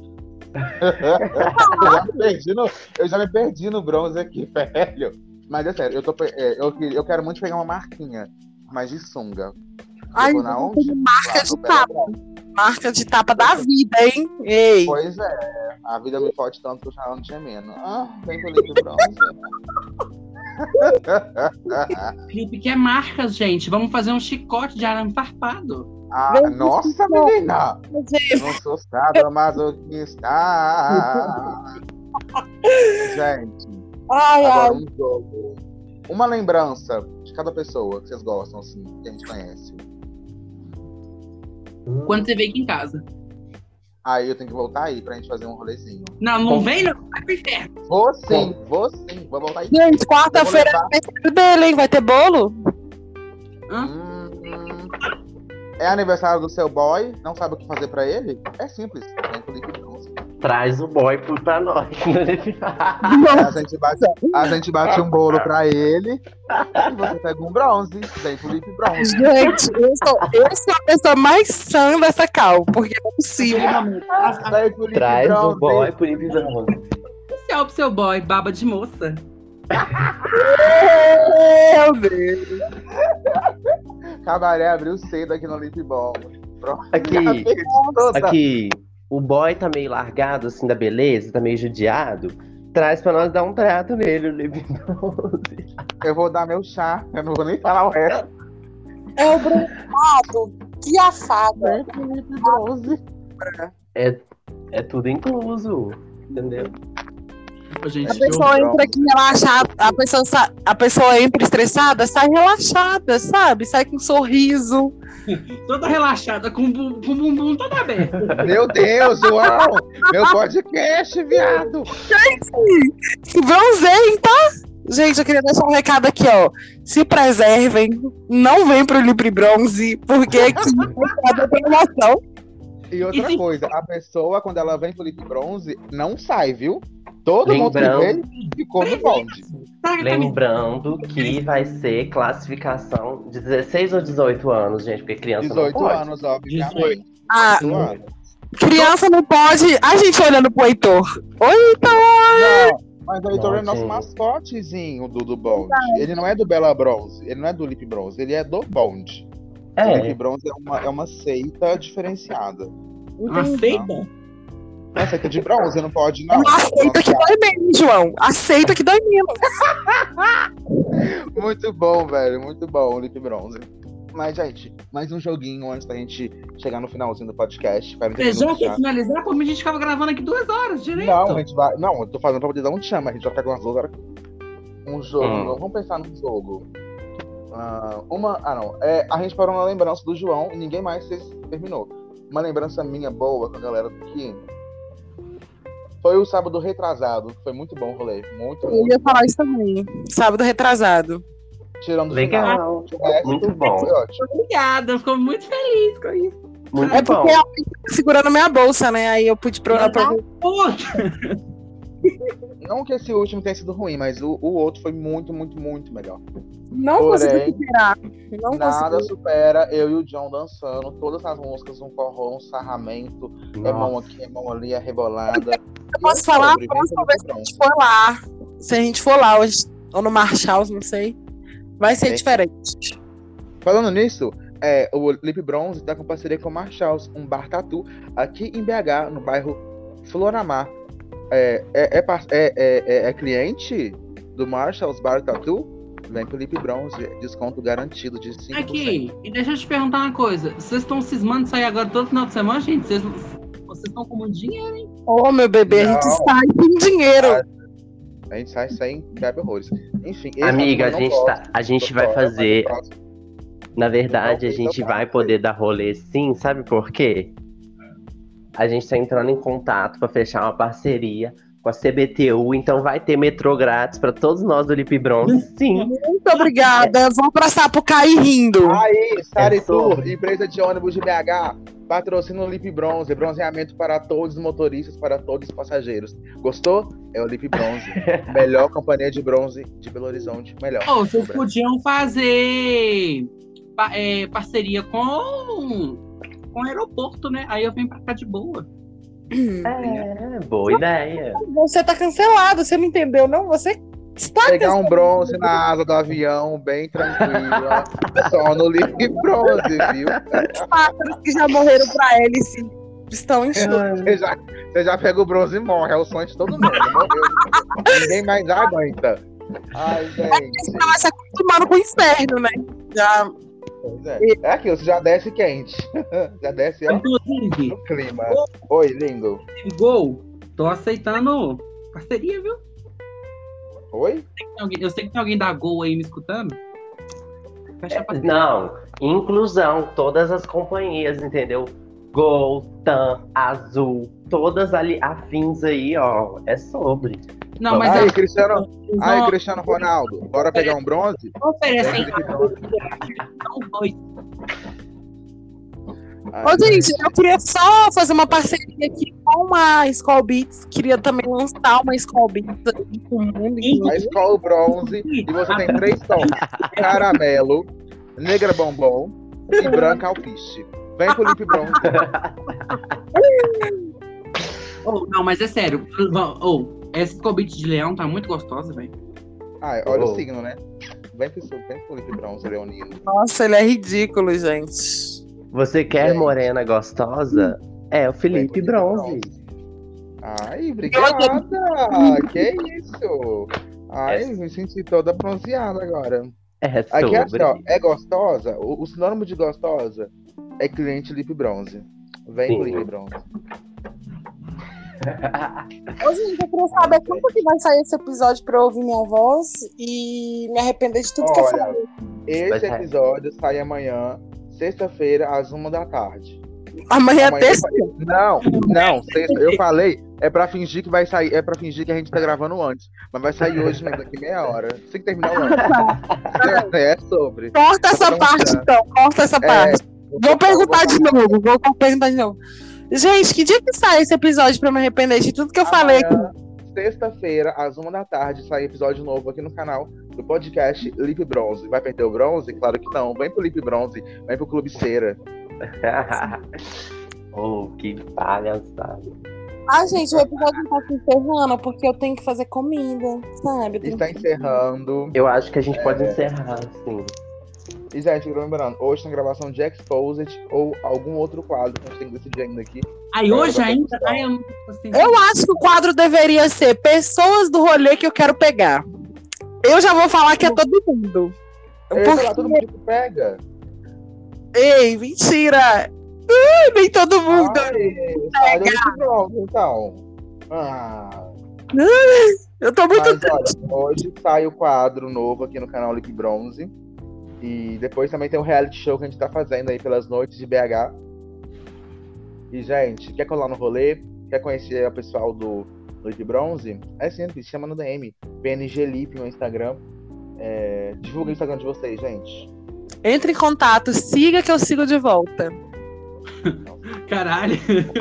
eu, já me perdi no, eu já me perdi no bronze aqui, velho. Mas é sério, eu, tô, pe- é, eu, que- eu quero muito pegar uma marquinha, mas de sunga. Ai, eu vou na onde? marca Lá de no Bela tapa. Bronze. Marca de tapa da vida, hein? Ei. Pois é, a vida me fode tanto que eu já ando gemendo. Ah, vem pro Lip Bronze. Felipe quer marcas, gente. Vamos fazer um chicote de arame farpado. Ah, Vem nossa, pro menina! Gente, Não sou sadomasoquista. Gente, ai, ai. agora um jogo. Uma lembrança de cada pessoa que vocês gostam, assim, que a gente conhece. Quando você vem aqui em casa. Aí eu tenho que voltar aí pra gente fazer um rolezinho. Não, não vem, não. Vai pro inferno. Vou sim, vou sim. Vou voltar aí. Gente, quarta-feira Eu vou levar. é aniversário dele, hein? Vai ter bolo? Hã? Hum, hum. É aniversário do seu boy, não sabe o que fazer pra ele? É simples. Vem pro Lip Bronze. Traz o boy pro- pra nós. A gente bate, a gente bate um bolo pra ele e você pega um bronze. Vem pro Lip Bronze. Gente, eu sou, eu sou a pessoa mais sã dessa cal, porque não é possível. Vem pro Lip Traz o Bronze. boy pro Lip Bronze. Especial pro seu boy, baba de moça. Meu Deus. Cabaré abriu cedo aqui no Lip Bronze. Pronto. Aqui. Já perdi toda. Aqui, o boy tá meio largado, assim, da beleza, tá meio judiado. Traz pra nós dar um trato nele, o Lip Bronze. Eu vou dar meu chá, eu não vou nem falar o resto. É o bronzeado que afada. Vem pro Lip Bronze. É tudo incluso, entendeu? Ô, gente, A que pessoa horror. entra aqui relaxada, a pessoa, sa- a pessoa entra estressada, sai relaxada, sabe? Sai com um sorriso. Toda relaxada, com o bu- com o bumbum todo aberto. Meu Deus, João! Meu podcast, viado! Se bronzeiem, tá? Gente, eu queria deixar um recado aqui, ó. Se preservem, não vem pro Lip Bronze, porque aqui é promoção. E outra E se- coisa, a pessoa, quando ela vem pro Lip Bronze, não sai, viu? Todo mundo que Lembrando- veio ficou no bonde. Tá, tá me- Lembrando que vai ser classificação de dezesseis ou dezoito anos, gente, porque criança dezoito não pode. anos, obviamente. Ah, dezoito anos. Criança não pode. A gente olhando pro Heitor. Oi, Heitor! Não, mas o Heitor é Não, nosso gente. mascotezinho do, do Bond. Ele não é do Bella Bronze, ele não é do Lip Bronze, ele é do Bond. O Lip É, Bronze é uma, é uma seita diferenciada. Aceita? É seita de bronze, não pode, É não. uma aceita que dói menos, João. Aceita que dói menos. Muito bom, velho. Muito bom o Lip Bronze. Mas, gente, mais um joguinho antes da gente chegar no finalzinho do podcast. Você já quer finalizar? Pô, a gente ficava gravando aqui duas horas direito. Não, a gente vai. Não, eu tô fazendo pra poder dar um chama. A gente vai ficar com umas duas horas. Um jogo. Hum. Vamos pensar num jogo. Ah, uma. Ah, não. É, a gente parou na lembrança do João e ninguém mais fez- terminou. Uma lembrança minha boa com a galera aqui. Foi o sábado retrasado. que Foi muito bom o rolê. Muito, Eu muito. ia falar isso também. Sábado retrasado. Tirando o legal. final. O resto Muito bom. Foi ótimo. Obrigada, eu fico muito feliz com isso. Muito É bom. porque ela tá segurando minha bolsa, né? Aí eu pude pro. Filha pro- da puta. Não que esse último tenha sido ruim, mas o, o outro foi muito, muito, muito melhor. Não Porém, consegui superar. Não Nada consegui. supera eu e o John dançando todas as músicas, um forró, um sarramento, é mão Nossa. aqui, é mão ali, é rebolada. Eu posso falar? A próxima vez que a gente for lá, se a gente for lá hoje, ou no Marshalls, não sei, vai ser É. diferente. Falando nisso, é, o Lip Bronze tá com parceria com o Marshalls, um bar tatu, aqui em B H, no bairro Floramar. É, é, é, par- é, é, é- é cliente do Marshalls Bar Tatu? Vem pro Lip Bronze, desconto garantido de cinco por cento. Aqui, e deixa eu te perguntar uma coisa. Vocês estão cismando de sair agora todo final de semana, gente? Vocês vocês estão com muito dinheiro, hein? Ô, meu bebê, a gente Não. sai com dinheiro. A gente sai sem bebe horrores. Enfim, esse Amiga, a eu não gente, gosto, tá, a gente tô vai fora, mas fazer. o próximo- Na verdade, a Não, gente então vai tá. poder dar rolê sim, sabe por quê? A gente tá entrando em contato para fechar uma parceria com a C B T U, então vai ter metrô grátis para todos nós do Lip Bronze, sim. Muito obrigada. Vou pra Sapucaí rindo. Aí, Sari É Tour, sobre. empresa de ônibus de B H, patrocina o Lip Bronze, bronzeamento para todos os motoristas, para todos os passageiros. Gostou? É o Lip Bronze. Melhor companhia de bronze de Belo Horizonte. Melhor. Ô, vocês do Brasil. podiam fazer pa- é, parceria com, com o aeroporto, né? Aí eu venho pra cá de boa. É, boa ideia. Você tá cancelado, você não entendeu, não? Você está Pegar um bronze na asa do avião, bem tranquila. Só no Lip Bronze, viu? cancelado, que já morreram pra hélice. Estão em choque. Você já, você já pega o bronze e morre. É o sonho de todo mundo. Morreu. Ninguém mais aguenta. Ai, Você gente. vai se acostumando com o inferno, né? Já. Pois é. É aquilo, você já desce quente. Já desce ó, Inclusive, no clima. Oi, lindo. Gol, tô aceitando parceria, viu? Oi? Tem alguém- Eu sei que tem alguém da Gol aí me escutando. Fecha a parceria. Não, inclusão, todas as companhias, entendeu? Gol, Tam, Azul, todas ali afins aí, ó. É sobre. Não, mas Aí, a- Cristiano, eles aí, não Cristiano Ronaldo, bora pegar um bronze? oferecem Lip Bronze. são dois. Ai, Ô, gente, eu queria só fazer uma parceria aqui com a Skull Beats. Queria também lançar uma Skull Beats aqui com o mundo. A escola bronze e você tem três tons: caramelo, negra bombom e branca alpiste. Vem pro Lip Bronze. Oh, não, mas é sério. Oh, essa cobite de leão tá muito gostosa, velho. Ai, olha Oh. o signo, né? Vem pro, vem pro Lip Bronze, Leonino. Nossa, ele é ridículo, gente. Você quer Gente. morena gostosa? É o Felipe Vem pro Lip Bronze. Ai, obrigada! Que isso? Ai, É. me senti toda bronzeada agora. É Aqui é assim, sobre. ó, é gostosa? O, o sinônimo de gostosa é cliente Lip Bronze. Vem pro Sim. Lip Bronze. Ô, gente, eu queria saber quando que vai sair esse episódio pra eu ouvir minha voz e me arrepender de tudo que eu Olha, falei. esse Vai sair. episódio sai amanhã, sexta-feira, às uma da tarde. Amanhã é Amanhã terça. Não, não, sexta, eu falei, é pra fingir que vai sair, é pra fingir que a gente tá gravando antes. Mas vai sair hoje mesmo, daqui meia hora. Assim que terminar o ano. É sobre. Corta essa Vou parte, dar um então. Corta essa parte. Vou perguntar de novo. Vou perguntar de novo. Gente, que dia que sai esse episódio pra eu me arrepender de tudo que eu falei aqui? Amanhã, sexta-feira, às uma da tarde, sai episódio novo aqui no canal do podcast Lip Bronze. Vai perder o bronze? Claro que não. Vem pro Lip Bronze, vem pro Clube Cera. Oh, que palhaçada. Ah, gente, o episódio tá se encerrando porque eu tenho que fazer comida, sabe? Eu tenho Está que- encerrando. Eu acho que a gente pode encerrar, sim. E, gente, lembrando, hoje tem gravação de Exposed ou algum outro quadro que a gente tem que decidir ainda aqui. Aí É, hoje vai ter ainda. pessoal. Ai, eu não tô assim. Eu acho que o quadro deveria ser pessoas do rolê que eu quero pegar. Eu já vou falar que é todo mundo. Eu ia Porque... falar, todo mundo que pega. Ei, mentira! Ui, nem todo mundo. Ai, sai do Lipe Bronze, então. Ah. Eu tô muito Mas olha, hoje sai o quadro novo aqui no canal Lipe Bronze. E depois também tem o reality show que a gente tá fazendo aí pelas noites de B H. E, gente, quer colar no rolê? Quer conhecer o pessoal do Lipe Bronze? É simples, chama no D M. P N G Lipe no Instagram. É, divulga o Instagram de vocês, gente. Entre em contato, siga que eu sigo de volta. Caralho.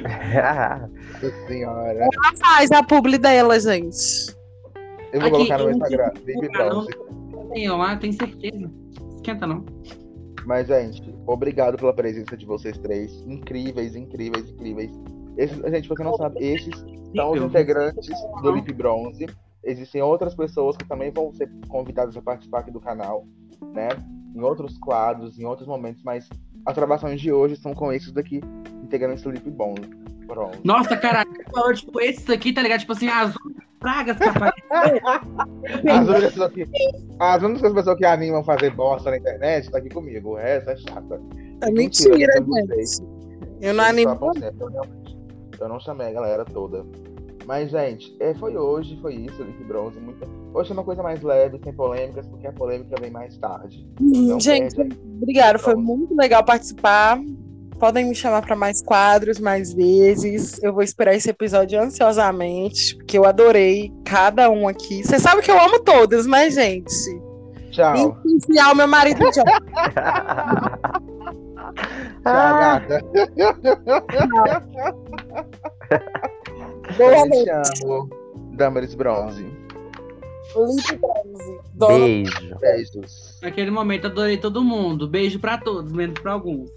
Nossa senhora. Faz a publi dela, gente. Eu vou Aqui, colocar no meu eu não Instagram, sei Lipe colocar, não. Bronze. Tem lá, tem certeza. Esquenta não. Mas, gente, obrigado pela presença de vocês três. Incríveis, incríveis, incríveis. Esses, gente, você não sabe, esses são os Eu- integrantes do Lipe Bronze. Existem outras pessoas que também vão ser convidadas a participar aqui do canal, né? Em outros quadros, em outros momentos, mas as gravações de hoje são com esses daqui, integrantes do Lipe Bronze. Bronze. Nossa, caralho, você falou, tipo, esses aqui, tá ligado? Tipo assim, as pragas que aparecem. As únicas pessoas que, as únicas pessoas que animam fazer bosta na internet tá aqui comigo. O resto é chata. É Mentira, mentira, eu não sei. gente. Eu não Eles animo. estavam sempre, Eu, realmente- eu não chamei a galera toda. Mas, gente, é, foi hoje, foi isso, Lipe Bronze. Muita... Hoje é uma coisa mais leve, sem polêmicas, porque a polêmica vem mais tarde. Não Gente, perde. obrigada. Foi muito legal participar. Podem me chamar para mais quadros, mais vezes. Eu vou esperar esse episódio ansiosamente, porque eu adorei cada um aqui. Você sabe que eu amo todos, né, gente? Tchau. Em especial, meu marido John. Tchau, gata. Boa Eu te noite. amo, Damaris Bronze. Lipe Bronze. Dona Beijo. Beijos. Naquele momento, adorei todo mundo. Beijo pra todos, menos pra alguns.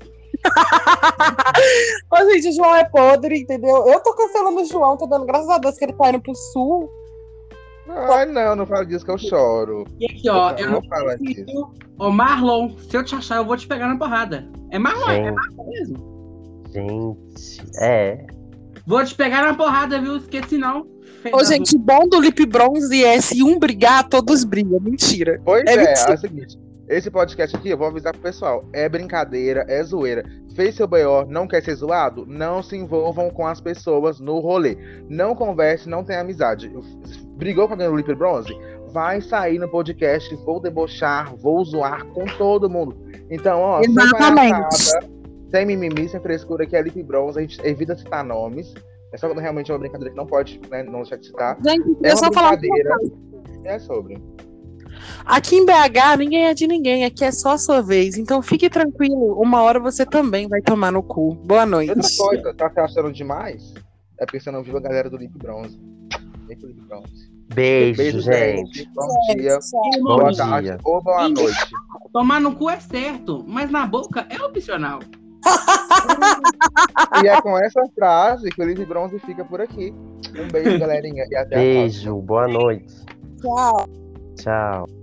Ô, gente, o João é podre, entendeu? Eu tô cancelando o João, tô dando graças a Deus que ele tá indo pro sul. Ai, não, não fala disso que eu choro. E aqui, ó, Eu eu não não vou falar disso. preciso. Ô, Marlon, se eu te achar, eu vou te pegar na porrada. É Marlon, é Gente, Marlon mesmo. gente. É. Vou te pegar na porrada, viu? Esqueci não. Fez Ô, a gente, bom do Lipe Bronze é se um brigar, todos brigam. Mentira. Pois É é, é, mentira. o seguinte. Esse podcast aqui, eu vou avisar pro pessoal. É brincadeira, é zoeira. Fez seu B O, não quer ser zoado? Não se envolvam com as pessoas no rolê. Não converse, não tenha amizade. Brigou com alguém no Lipe Bronze? Vai sair no podcast, vou debochar, vou zoar com todo mundo. Então, ó, sem Exatamente. palhaçada, sem mimimi, sem frescura, que é Lipe Bronze, a gente evita citar nomes. É só quando realmente é uma brincadeira que não pode, né, não deixar de citar. Gente, É eu uma só falar. brincadeira. É sobre. Aqui em B H, ninguém é de ninguém. Aqui é só a sua vez. Então fique tranquilo. Uma hora você também vai tomar no cu. Boa noite. Outra coisa, tá se achando demais? É porque você não viu a galera do Lipe Bronze. Vem pro Lipe Bronze. Beijo, gente. Bom dia, Bom boa dia. tarde ou boa noite. Tomar no cu é certo, mas na boca é opcional. E é com essa frase que o Lipe Bronze fica por aqui. Um beijo, galerinha, e até a próxima. Beijo. Boa noite. Tchau. Tchau.